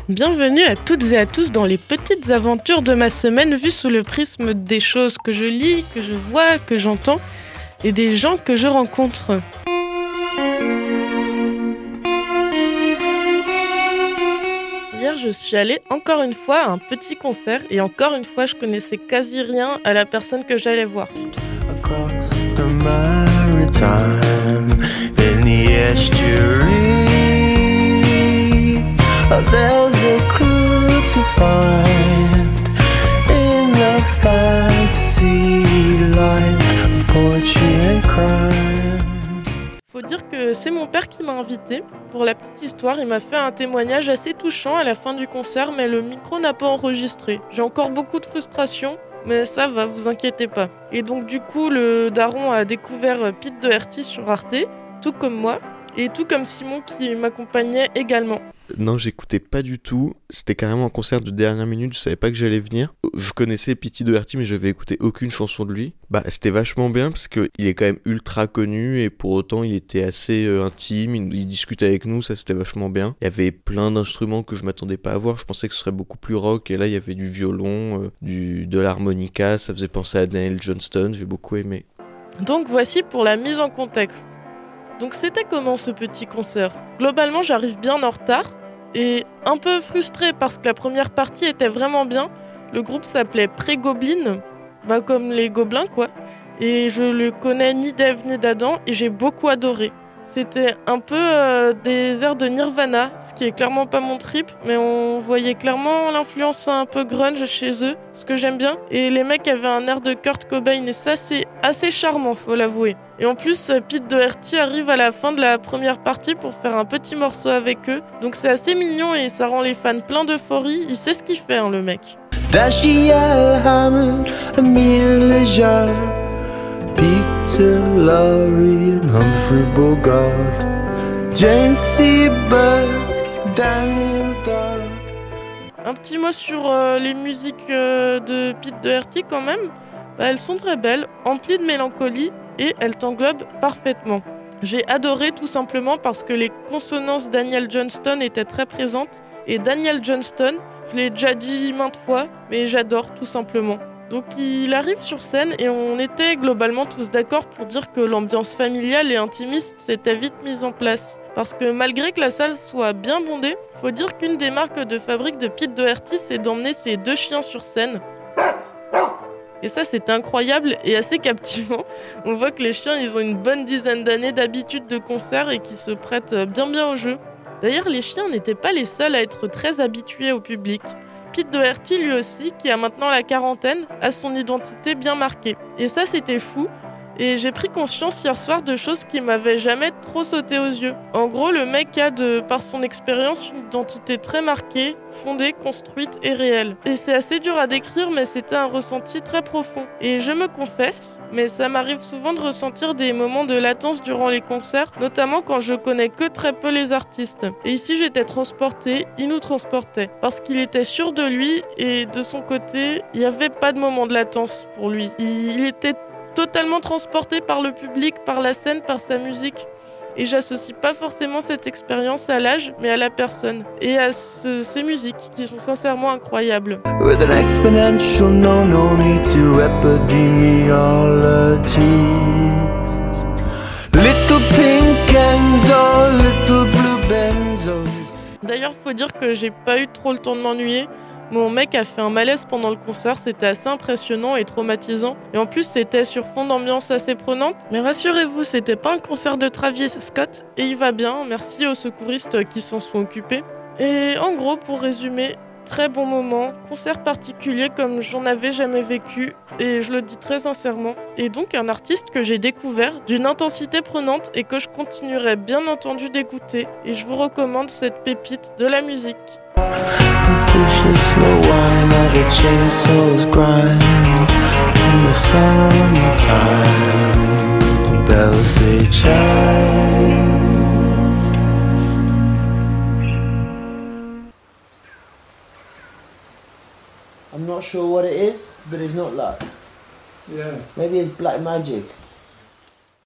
Bienvenue à toutes et à tous dans les petites aventures de ma semaine vues sous le prisme des choses que je lis, que je vois, que j'entends et des gens que je rencontre. Hier, je suis allée encore une fois à un petit concert et encore une fois, je connaissais quasi rien à la personne que j'allais voir. Across the maritime, in the estuary, there's a clue to find in the fantasy life, poetry and crime. Faut dire que c'est mon père qui m'a invité. Pour la petite histoire, il m'a fait un témoignage assez touchant à la fin du concert, mais le micro n'a pas enregistré. J'ai encore beaucoup de frustration, mais ça va, vous inquiétez pas. Et donc du coup, le daron a découvert Pete Doherty sur Arte, tout comme moi, et tout comme Simon qui m'accompagnait également. Non, j'écoutais pas du tout. C'était carrément un concert de dernière minute, je savais pas que j'allais venir. Je connaissais Pete Doherty, mais je n'avais écouté aucune chanson de lui. C'était vachement bien parce qu'il est quand même ultra connu et pour autant il était assez intime, il discutait avec nous, ça c'était vachement bien. Il y avait plein d'instruments que je m'attendais pas à voir, je pensais que ce serait beaucoup plus rock et là il y avait du violon, de l'harmonica, ça faisait penser à Daniel Johnston, j'ai beaucoup aimé. Donc voici pour la mise en contexte. Donc c'était comment ce petit concert ? Globalement j'arrive bien en retard et un peu frustrée parce que la première partie était vraiment bien. Le groupe s'appelait Pré-Goblin, comme les gobelins quoi. Et je le connais ni d'Ève ni d'Adam et j'ai beaucoup adoré. C'était un peu des airs de Nirvana, ce qui est clairement pas mon trip, mais on voyait clairement l'influence un peu grunge chez eux, ce que j'aime bien. Et les mecs avaient un air de Kurt Cobain et ça c'est assez charmant, faut l'avouer. Et en plus, Pete Doherty arrive à la fin de la première partie pour faire un petit morceau avec eux. Donc c'est assez mignon et ça rend les fans pleins d'euphorie. Il sait ce qu'il fait, le mec. Dashiell Hammond, Emile Leger, Peter Lorre and Humphrey Bogart, Jane Seberg, Daniel Dark. Un petit mot sur les musiques de Pete Doherty quand même. Elles sont très belles, emplies de mélancolie et elles t'englobent parfaitement. J'ai adoré tout simplement parce que les consonances Daniel Johnston étaient très présentes et Daniel Johnston, je l'ai déjà dit maintes fois, mais j'adore tout simplement. Donc il arrive sur scène et on était globalement tous d'accord pour dire que l'ambiance familiale et intimiste s'était vite mise en place. Parce que malgré que la salle soit bien bondée, faut dire qu'une des marques de fabrique de Pete Doherty, c'est d'emmener ses 2 chiens sur scène. Et ça c'était incroyable et assez captivant. On voit que les chiens ils ont une bonne dizaine d'années d'habitude de concert et qui se prêtent bien au jeu. D'ailleurs les chiens n'étaient pas les seuls à être très habitués au public. Pete Doherty lui aussi, qui a maintenant la quarantaine, a son identité bien marquée. Et ça c'était fou. Et j'ai pris conscience hier soir de choses qui m'avaient jamais trop sauté aux yeux. En gros, le mec a, par son expérience, une identité très marquée, fondée, construite et réelle. Et c'est assez dur à décrire, mais c'était un ressenti très profond. Et je me confesse, mais ça m'arrive souvent de ressentir des moments de latence durant les concerts, notamment quand je connais que très peu les artistes. Et ici, j'étais transportée, il nous transportait, parce qu'il était sûr de lui et de son côté, il n'y avait pas de moment de latence pour lui. Il était totalement transporté par le public, par la scène, par sa musique. Et j'associe pas forcément cette expérience à l'âge, mais à la personne. Et à ces musiques, qui sont sincèrement incroyables. With an exponential no need to epidemiology. Little pink Enzo, little blue Benzo. D'ailleurs, faut dire que j'ai pas eu trop le temps de m'ennuyer. Mon mec a fait un malaise pendant le concert, c'était assez impressionnant et traumatisant. Et en plus, c'était sur fond d'ambiance assez prenante. Mais rassurez-vous, c'était pas un concert de Travis Scott et il va bien, merci aux secouristes qui s'en sont occupés. Et en gros, pour résumer, très bon moment, concert particulier comme j'en avais jamais vécu et je le dis très sincèrement. Et donc un artiste que j'ai découvert d'une intensité prenante et que je continuerai bien entendu d'écouter. Et je vous recommande cette pépite de la musique. Fishes slow wine at a chainsaw's grind. In the summertime, bells they chime. I'm not sure what it is, but it's not luck. Yeah. Maybe it's black magic.